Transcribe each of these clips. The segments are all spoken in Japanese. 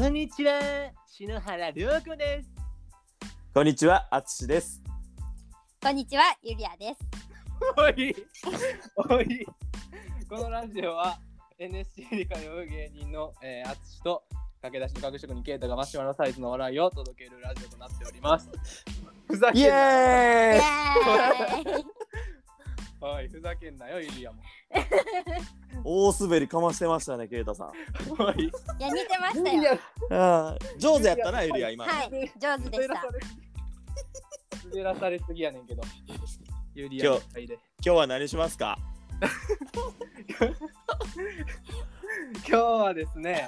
こんにちは、篠原涼子です。 こんにちは、あつしです。 こんにちは、ゆりやです。 おいこのラジオは NSC に通う芸人のあつしと駆け出しの学食にケイタがマシュマロサイズの笑いを届けるラジオとなっております。ふざけんな。 イエーイおい、ふざけんなよ、ゆりやも。 大滑りかましてましたね、ケイタさん。 おい、 いや、似てましたよ。 上手やったな、ゆりや、今。 はい、上手でした。 滑らされすぎやねんけど。ゆりやの回で。 今日は何しますか？ 今日はですね、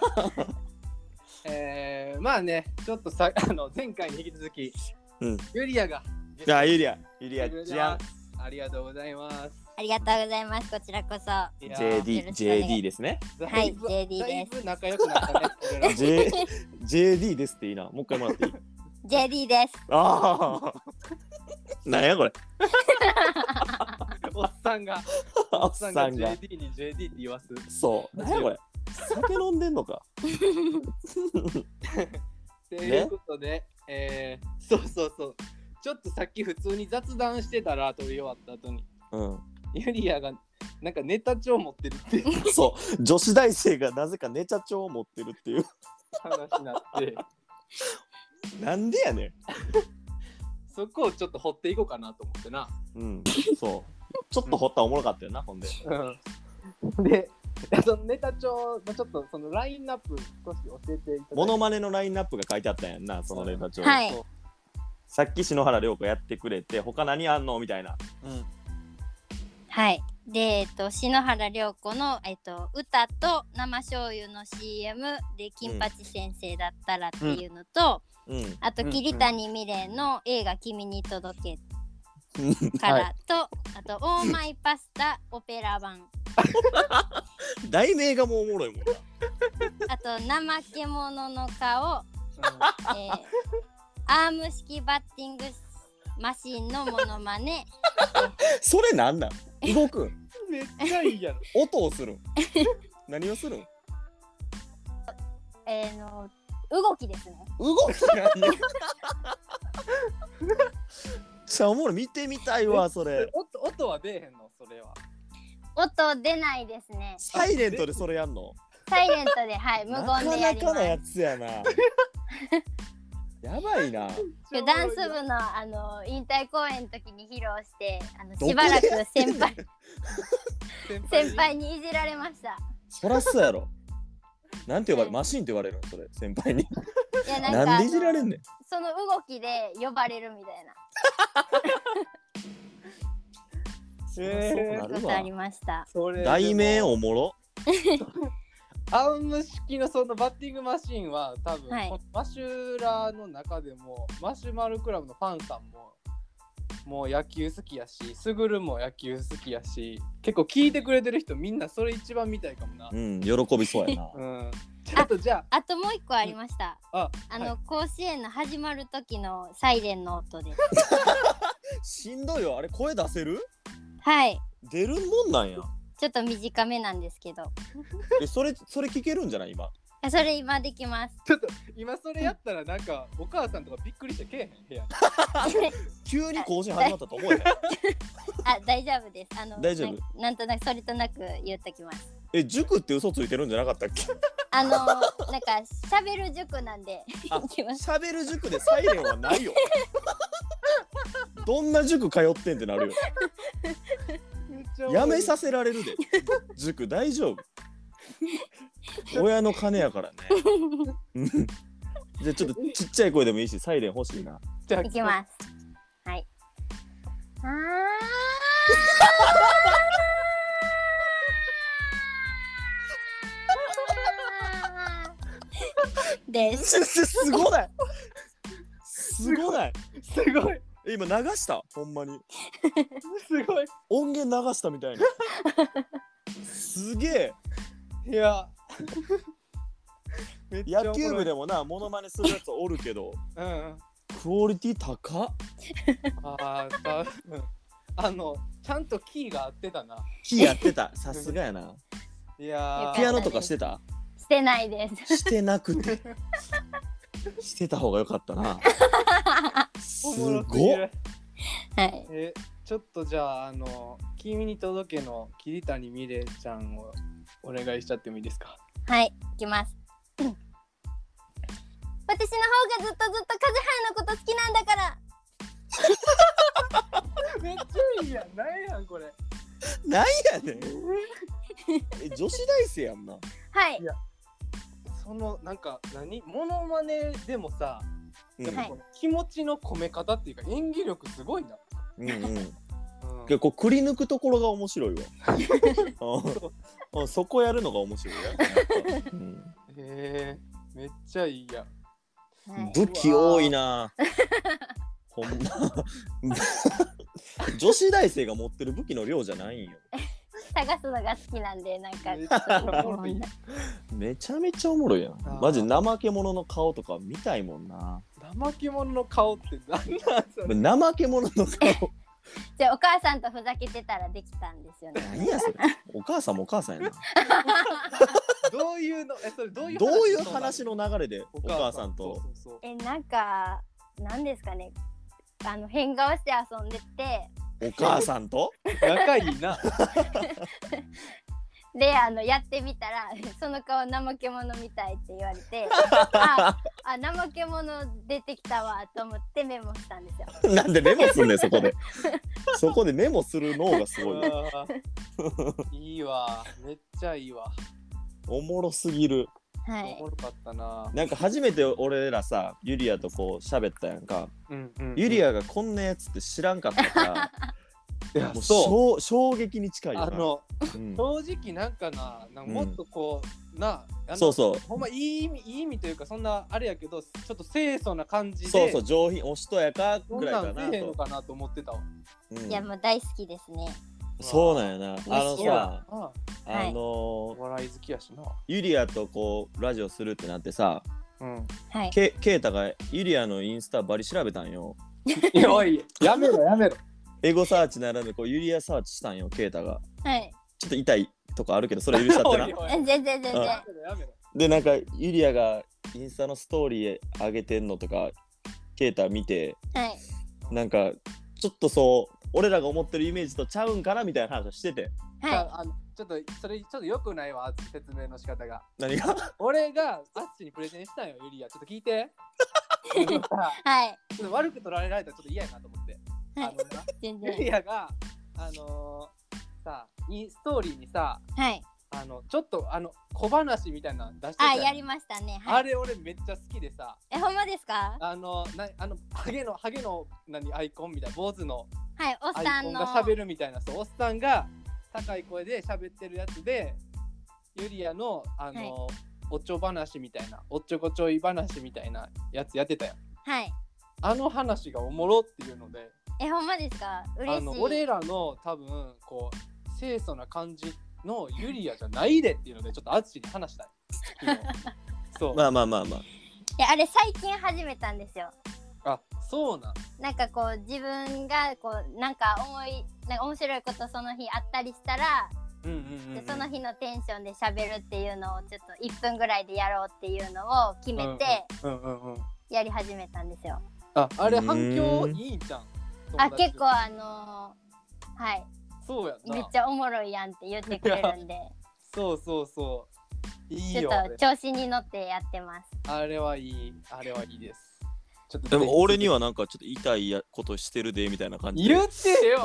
まあね、ちょっと前回に引き続き、ゆりやが。 ゆりやじゃん。 ありがとうございます。 ありがとうございます。こちらこそ。 JD ですね。 はい、JD です。 だいぶ仲良くなったね。 JD ですっていいな。もう一回もらっていい？ JD です。 ああ。なんやこれ。 おっさんが JD に JD って言わす。 そう。なんやこれ。酒飲んでんのか。 ということで、そう。ちょっとさっき普通に雑談してたら撮り終わった後に、ゆりやがなんかネタ帳持ってるっていうそう女子大生がなぜかネタ帳を持ってるっていう話になってなんでやねんそこをちょっと掘っていこうかなと思ってな。 そうちょっと掘ったらおもろかったよな、ほんで、 でそのネタ帳のちょっとそのラインナップ少し教えていただいて。 モノマネのラインナップが書いてあったんやんな、そのネタ帳。 はい。 さっき篠原涼子やってくれて、他何あんのみたいな。 はい。で、篠原涼子の、歌と生醤油の CM で金八先生だったらっていうのと、あと桐谷美玲の映画君に届けからと、あとオーマイパスタオペラ版。 題名がもうおもろいもんな。 あと怠け者の顔、アーム式バッティングマシンのモノマネ。 それなんなん？動くん？ めっちゃいいやろ。 音をするん？何をするん？ 動きですね。 動き何？じゃあおもろい、見てみたいわそれ。 音は出えへんの？それは音出ないですね。 サイレントでそれやんの？ サイレントで、はい、無言でやります。 なかなかなやつやな。やばいな。 ダンス部の引退公演の時に披露してしばらく先輩にいじられました。 そらそうやろ。なんて呼ばれる？マシンって言われるのそれ、先輩に。いや、 なんでいじられんねん。 その動きで呼ばれるみたいな。そうことありました。 題名おもろ。 アーム式のそのバッティングマシンは多分、マシュラーの中でもマシュマロクラブのファンさんもう野球好きやし、スグルも野球好きやし、結構聞いてくれてる人みんなそれ一番見たいかもな。 喜びそうやな。 ちょっとじゃあともう一個ありました。甲子園の始まる時のサイレンの音でしんどいよ、あれ声出せる？ はい、 出るもんなんや。 ちょっと短めなんですけど。 それ聞けるんじゃない今？ それ今できます。 ちょっと今それやったらなんかお母さんとかびっくりしてけえへん部屋に。 急に更新始まったと思えへん。 大丈夫です。 大丈夫。 なんとなくそれとなく言っときます。 塾って嘘ついてるんじゃなかったっけ？ なんか喋る塾なんで。 喋る塾でサイレンはないよ。どんな塾通ってんってなるよ。やめさせられるで。塾大丈夫？親の金やからね。じゃあちょっとちっちゃい声でもいいし、サイレン欲しいな。 じゃあいきます。はい。です。 すごない。すごない。 すごい。 今流したほんまに。 すごい。 音源流したみたいな。すげえ。 いや。 野球部でもな、モノマネするやつおるけど、クオリティ高っ。 ちゃんとキーが合ってたな。 キー合ってた。さすがやな。 いやピアノとかしてた？ してないです。 してなくてしてた方が良かったな。すごっ。 はい。 ちょっとじゃあ君に届けの桐谷美玲ちゃんをお願いしちゃってもいいですか。 はい、いきます。私の方がずっと風早のこと好きなんだから。 めっちゃいいやん。なんやんこれ。 なんやねん。女子大生やんな。 はい。 いやなんかモノマネでもさ、でもこの気持ちの込め方っていうか演技力すごいな。 結構くり抜くところが面白いわ。そこやるのが面白いや。めっちゃいいやん。 武器多いな。ほんま。女子大生が持ってる武器の量じゃないんよ。 探すのが好きなんでなんかめちゃめちゃおもろいやん。マジ怠け者の顔とか見たいもんな。 怠け者の顔って何なんそれ。 怠け者の顔。 じゃあお母さんとふざけてたらできたんですよね。 何やそれ。お母さんもお母さんやな。 どういうのそれどういう話の流れでお母さんと。 なんかなんですかね。変顔して遊んでて。 お母さんと仲いいな。 でやってみたらその顔怠け者みたいって言われて怠け者出てきたわと思ってメモしたんですよ。 なんでメモすんねんそこで。そこでメモするのがすごい。 いいわ、めっちゃいいわ。 おもろすぎる。 はい、 おもろかったな。 なんか初めて俺らさユリアとこう喋ったやんか、ユリアがこんなやつって知らんかったからいやもう衝撃に近いよな。正直なんかもっとこうそうほんまいい意味というかそんなあれやけどちょっと清楚な感じでそう上品おしとやかぐらいかなと。 そんなんせえへんのかなと思ってたわ。 いやもう大好きですね。 そうなんやな。さ笑い好きやしな。 ユリアとこうラジオするってなってさ、 ケイタがユリアのインスタバリ調べたんよ。 おいやめろ。 エゴサーチならぬこうユリアサーチしたんよケイタが。 はい。 ちょっと痛いとこあるけどそれ許しちゃってな。 全然。 でなんかユリアがインスタのストーリー上げてんのとかケイタ見て、なんかちょっとそう俺らが思ってるイメージとちゃうんかなみたいな話をしてて、 ちょっとそれちょっと良くないわ説明の仕方が。 何が？ 俺がアッチにプレゼンしたんよユリア。ちょっと聞いて。 はい。 ちょっと悪く取られたらちょっと嫌やなと思って。ユリアがさストーリーにさ、ちょっと小話みたいなの出してた。 やりましたね。 あれ俺めっちゃ好きでさ。 ほんまですか？ ハゲのアイコンみたいな坊主のおっさんのアイコンが喋るみたいなおっさんが高い声で喋ってるやつでユリアのおちょ話みたいなおっちょこちょい話みたいなやつやってたよ。話がおもろっていうので。 ほんまですか？嬉しい。 俺らの多分こう清楚な感じのユリアじゃないでっていうのでちょっとアツシに話したい。そう。 まあ。 いやあれ最近始めたんですよ。 あ、そうなんかこう自分がこうなんか面白いことその日あったりしたら、その日のテンションで喋るっていうのをちょっと1分ぐらいでやろうっていうのを決めてやり始めたんですよ。 あれ反響いいじゃん。 結構はいそうやな。 めっちゃおもろいやんって言ってくれるんでそういいよ。 ちょっと調子に乗ってやってます。 あれはいいです。ちょっとでも俺にはなんかちょっと痛いことしてるでみたいな感じで言ってよ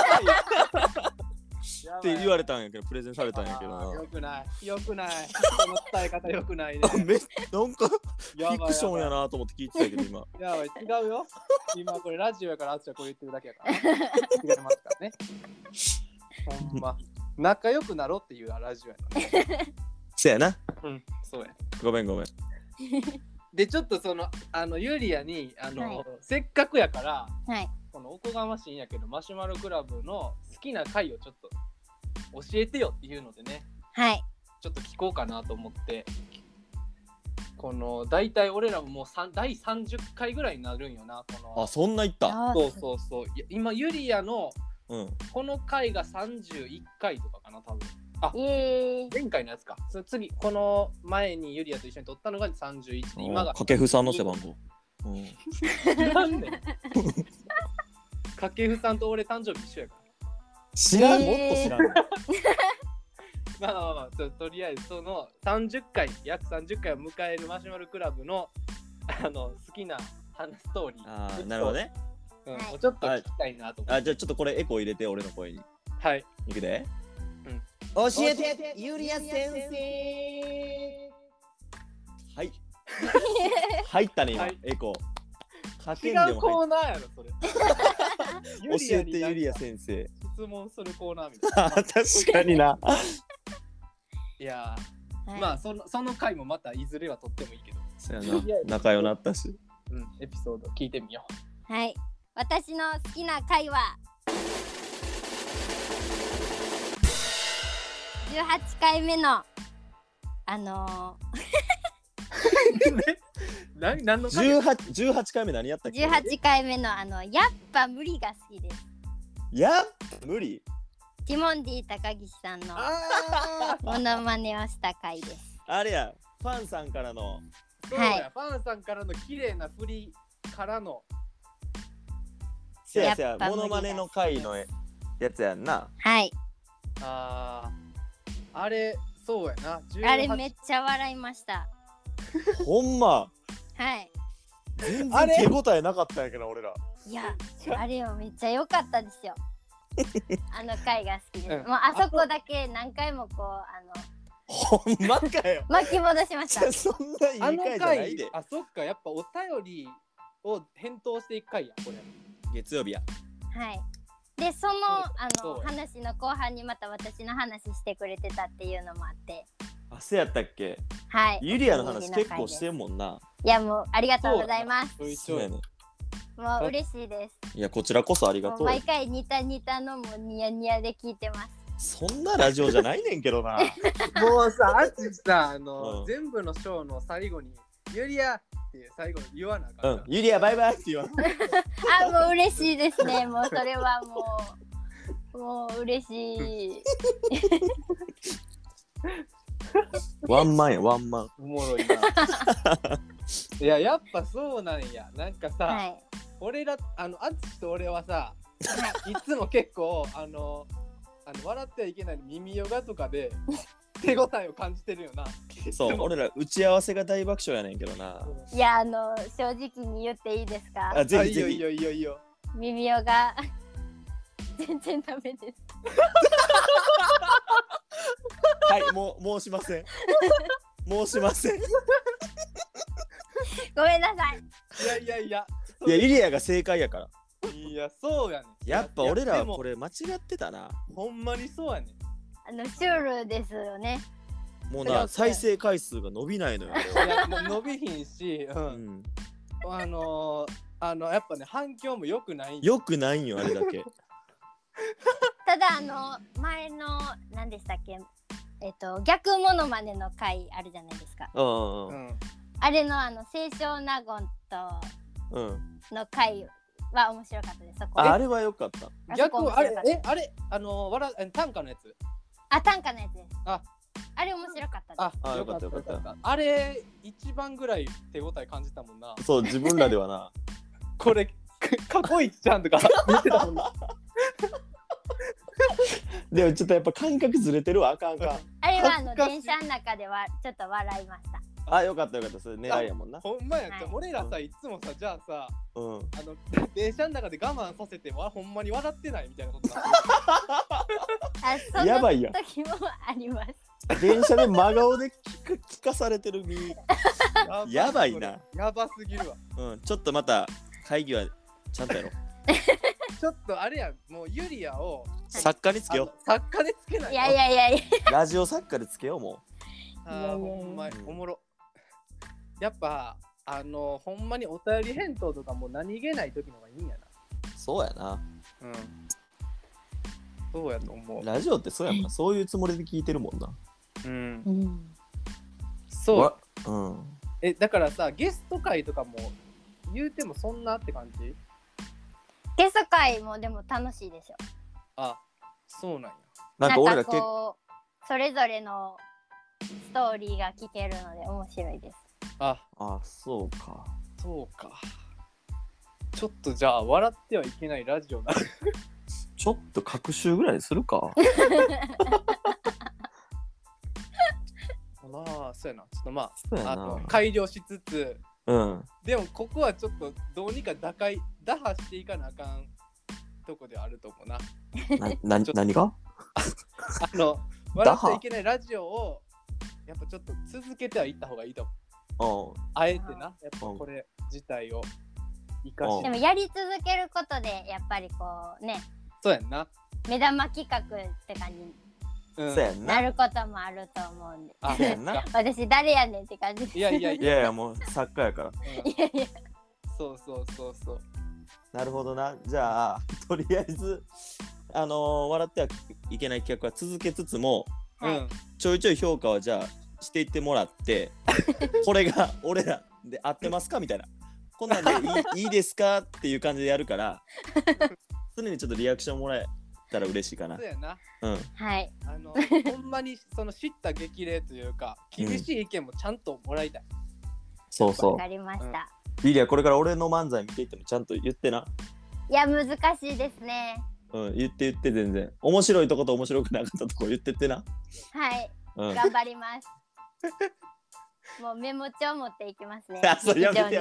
って言われたんやけどプレゼンされたんやけどな。 よくないその伝え方よくないね。 なんかフィクションやなと思って聞いてたけど今やばい違うよ。今これラジオやからあっちはこう言ってるだけやから違いますからね。ほんま仲良くなろっていうラジオやのね。 せやな。 そうや。 ごめんでちょっとユリアにせっかくやから、このおこがましいんやけどマシュマロクラブの好きな回をちょっと教えてよっていうのでね、ちょっと聞こうかなと思って、このだいたい俺らももう第30回ぐらいになるんよな。 そんないった。 そう今ユリアのこの回が31回とかかな多分。 前回のやつか。次、この前にユリアと一緒に撮ったのが31で、今が。 掛布さんの背番号。 なんで掛布さんと俺誕生日一緒やから。 知らん、もっと知らん。 まあとりあえずその約30回を迎えるマシュマロクラブの好きなストーリー。 なるほどね。 ちょっと聞きたいなと思って。 じゃあちょっとこれエコー入れて、俺の声に。 はい。 いくで。教えてユリア先生。はい。入ったね今、エコー。 違うコーナーやろそれ。 教えてユリア先生。 質問するコーナーみたいな。 確かにな。 いやまあその回もまたいずれは撮ってもいいけど。 そうやな。仲良なったし。 エピソード聞いてみよう。はい。私の好きな回は18回目の何の回 18回目何やったっけ ？18回目のやっぱ無理が好きです。 無理？ ティモンディ高岸さんのモノマネをした回です。 あれや、ファンさんからの。 そうや、ファンさんからの綺麗な振りからの。 せやモノマネの回のやつやんな。 はい。 あれそうやな。 あれめっちゃ笑いました。 ほんま。 はい。 全然手応えなかったんやけど俺ら。 いや、あれはめっちゃ良かったですよ。あの回が好きです。もうあそこだけ何回もほんまかよ。 巻き戻しました。 そんないい回じゃないで。 そっか、やっぱお便りを返答していく回やこれ。 月曜日や。 はい。でその話の後半にまた私の話してくれてたっていうのもあって。 そうやったっけ？ はい。 ユリアの話結構してんもんな。 いやもうありがとうございます。 そうやね。 もう嬉しいです。 いやこちらこそありがとう。 毎回似たのもニヤニヤで聞いてます。 そんなラジオじゃないねんけどな。 もうさ、あっちさ全部のショーの最後にユリアって最後に言わなあかん。 ユリアバイバイって言わん。 もう嬉しいですね。もうそれはもう嬉しい。 ワンマンやワンマン。 おもろいな。いややっぱそうなんや。なんかさ、はい、俺らあっちと俺はさ、いつも結構笑ってはいけない耳ヨガとかで手応えを感じてるよな。 そう俺ら打ち合わせが大爆笑やねんけどな。 いや正直に言っていいですか？ ぜひぜひ。 いいよ。 耳ヨガ全然ダメです。 はい申しません。申しません。 ごめんなさい。 いやユリアが正解やから。 いやそうやね。 やっぱ俺らはこれ間違ってたな。 ほんまにそうやね。 シュールですよね。 もうな再生回数が伸びないのよ。 いやもう伸びひんし、やっぱね反響も良くない。 良くないんよあれだけ。 ただ前の何でしたっけ、逆モノマネの回あるじゃないですか。あれの清少納言との回は面白かったです。そこあれは良かった。 逆あれ短歌のやつ。 短歌のやつです。あれ面白かったです。 よかったあれ一番ぐらい手応え感じたもんな。 そう自分らではな。 これ過去一ちゃんとか見てたもんな。 でもちょっとやっぱ感覚ずれてるわ。あかん。 あれは電車の中ではちょっと笑いました。 よかったそれ狙いやもんな。 ほんまや。俺らさいつもさじゃあさ電車の中で我慢させてほんまに笑ってないみたいなことやばいやん。 その時もあります。 電車で真顔で聞かされてる身。やばいな。 やばすぎるわ。 ちょっとまた会議はちゃんとやろう。 ちょっとあれやん、もうユリアを作家につけよう。 作家でつけない。 いやラジオ作家でつけようもう。ほんまにおもろ。やっぱほんまにお便り返答とかも何気ない時の方がいいんやな。 そうやな。 そうやと思う。 ラジオってそうやもんな。そういうつもりで聞いてるもんな。 そう。だからさゲスト会とかも言うてもそんなって感じ？ ゲスト会もでも楽しいですよ。 そうなんや。 なんか俺ら結構それぞれのストーリーが聞けるので面白いです。 あ、そうか。 そうか。ちょっとじゃあ笑ってはいけないラジオな。 ちょっと隔週ぐらいするか。 まあそうやな。ちょっとまあ改良しつつ、 うん。 でもここはちょっとどうにか打破していかなあかんとこではあると思うな。 何が？ 笑ってはいけないラジオをやっぱちょっと続けてはいった方がいいと思う。あえてな、やっぱこれ自体を生かして。 でもやり続けることでやっぱりこうね。 そうやんな。 目玉企画って感じになることもあると思うんで。 そうやんな。 私誰やねんって感じ。 いやもう作家やから。 いやいや。 そう。 なるほどな。じゃあとりあえず笑ってはいけない企画は続けつつも、ちょいちょい評価はじゃあしていってもらってこれが俺らで合ってますかみたいな、こんなんでいいですかっていう感じでやるから常にちょっとリアクションもらえたら嬉しいかな。 そうやな。 はい。 ほんまにその知った激励というか厳しい意見もちゃんともらいたい。 そう。 わかりました。 リリアこれから俺の漫才見ていってもちゃんと言ってな。 いや難しいですね。 言って全然面白いとこと面白くなかったとこ言ってってな。 はい、頑張りますもうメモ帳持っていきますね。 そうやめて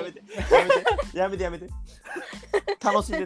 楽しんで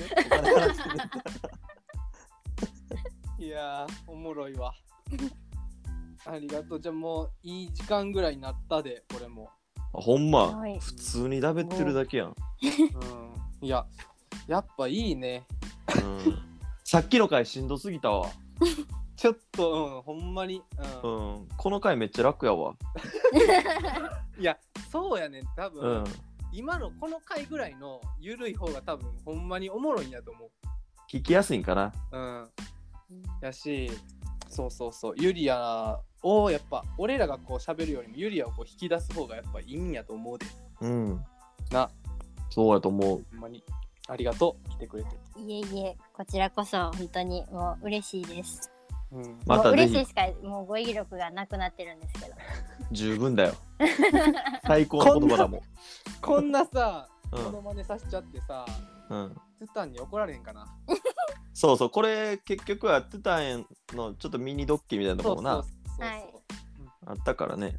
いやーおもろいわありがとう。じゃあもういい時間ぐらいになったでこれも。 ほんま普通にだべってるだけやん。 いややっぱいいね。 さっきの回しんどすぎたわ。 ちょっとほんまに、 この回めっちゃ楽やわ。 いやそうやねん多分、今のこの回ぐらいのゆるい方が多分ほんまにおもろいんやと思う。 聞きやすいんかな。 やしそうユリアをやっぱ俺らがこう喋るよりもユリアをこう引き出す方がやっぱいいんやと思うで。な。 そうやと思う。 ほんまにありがとう来てくれて。 いえこちらこそ本当にもう嬉しいです。 また嬉しいしかもう語彙力がなくなってるんですけど。 十分だよ。最高の言葉だもん。 こんなさモノマネさせちゃってさ、トゥタンに怒られへんかな。 そうこれ結局はトゥタンのちょっとミニドッキリみたいなとこもなあったからね。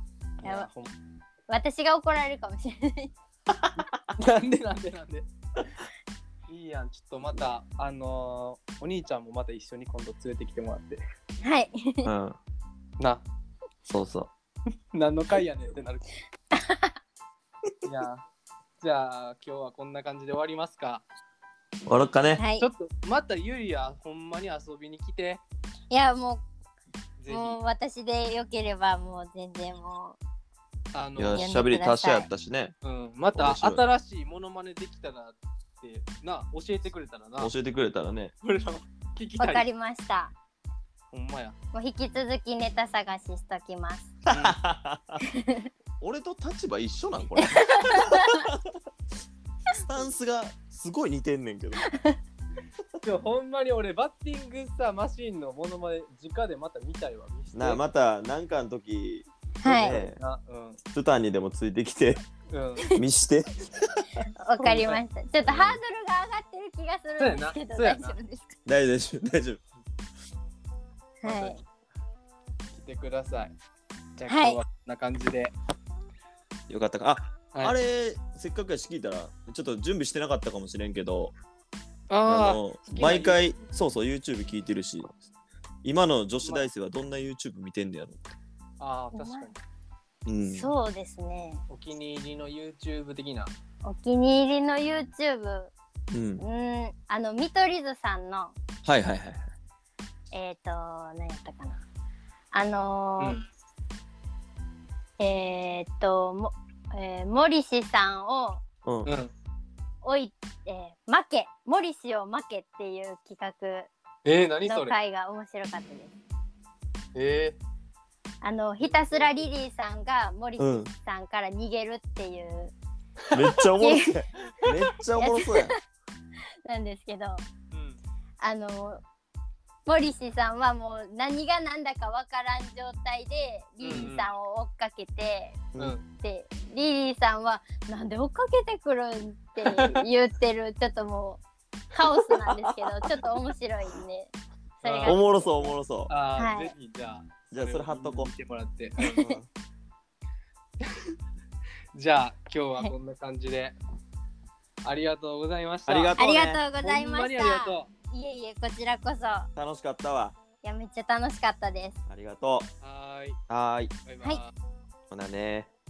私が怒られるかもしれない。 なんでいいやん。ちょっとまたお兄ちゃんもまた一緒に今度連れてきてもらって。 はい。 な。 そう何の回やねんってなる。いやじゃあ今日はこんな感じで終わりますか。 終わろっかね。 ちょっとまたゆりやほんまに遊びに来て。 いやもう私でよければもう全然もういや喋り達者やったしね。 また新しいモノマネできたらってな教えてくれたらな。 教えてくれたらね。 俺らも聞きたい。 わかりました。 ほんまや。 もう引き続きネタ探ししときます。 俺と立場一緒なんこれ。スタンスがすごい似てんねんけど。 でもほんまに俺バッティングさマシンのものまで直でまた見たいわ。 またなんかの時はいトゥタンにでもついてきて見して。 わかりました。ちょっとハードルが上がってる気がするんですけど大丈夫ですか？ 大丈夫。 はい。 来てください。じゃあ今日はこんな感じで。 よかったか。あれせっかくやし聞いたらちょっと準備してなかったかもしれんけど、毎回そう YouTube 聞いてるし、今の女子大生はどんな YouTube 見てんねやろ。 確かに。そうですね。 お気に入りの YouTube 的な。 お気に入りの YouTube。見取り図さんの。 はい。 何やったかな。モリシさんをモリシを負けっていう企画の回が面白かったです。ひたすらリリーさんがモリシさんから逃げるっていう、 めっちゃおもろそうや。なんですけど、 モリシさんはもう何が何だかわからん状態でリリーさんを追っかけて、でリリーさんはなんで追っかけてくるんって言ってるちょっともうカオスなんですけどちょっと面白いんでそれがおもろそうおもろそう。 はい、ぜひじゃあそれ貼っとこう。 見てもらって。じゃあ今日はこんな感じでありがとうございました。 ありがとうございました。いえいえこちらこそ。 楽しかったわ。 いやめっちゃ楽しかったです。 ありがとう。 はい。 バイバイ。 はい。 ほなね。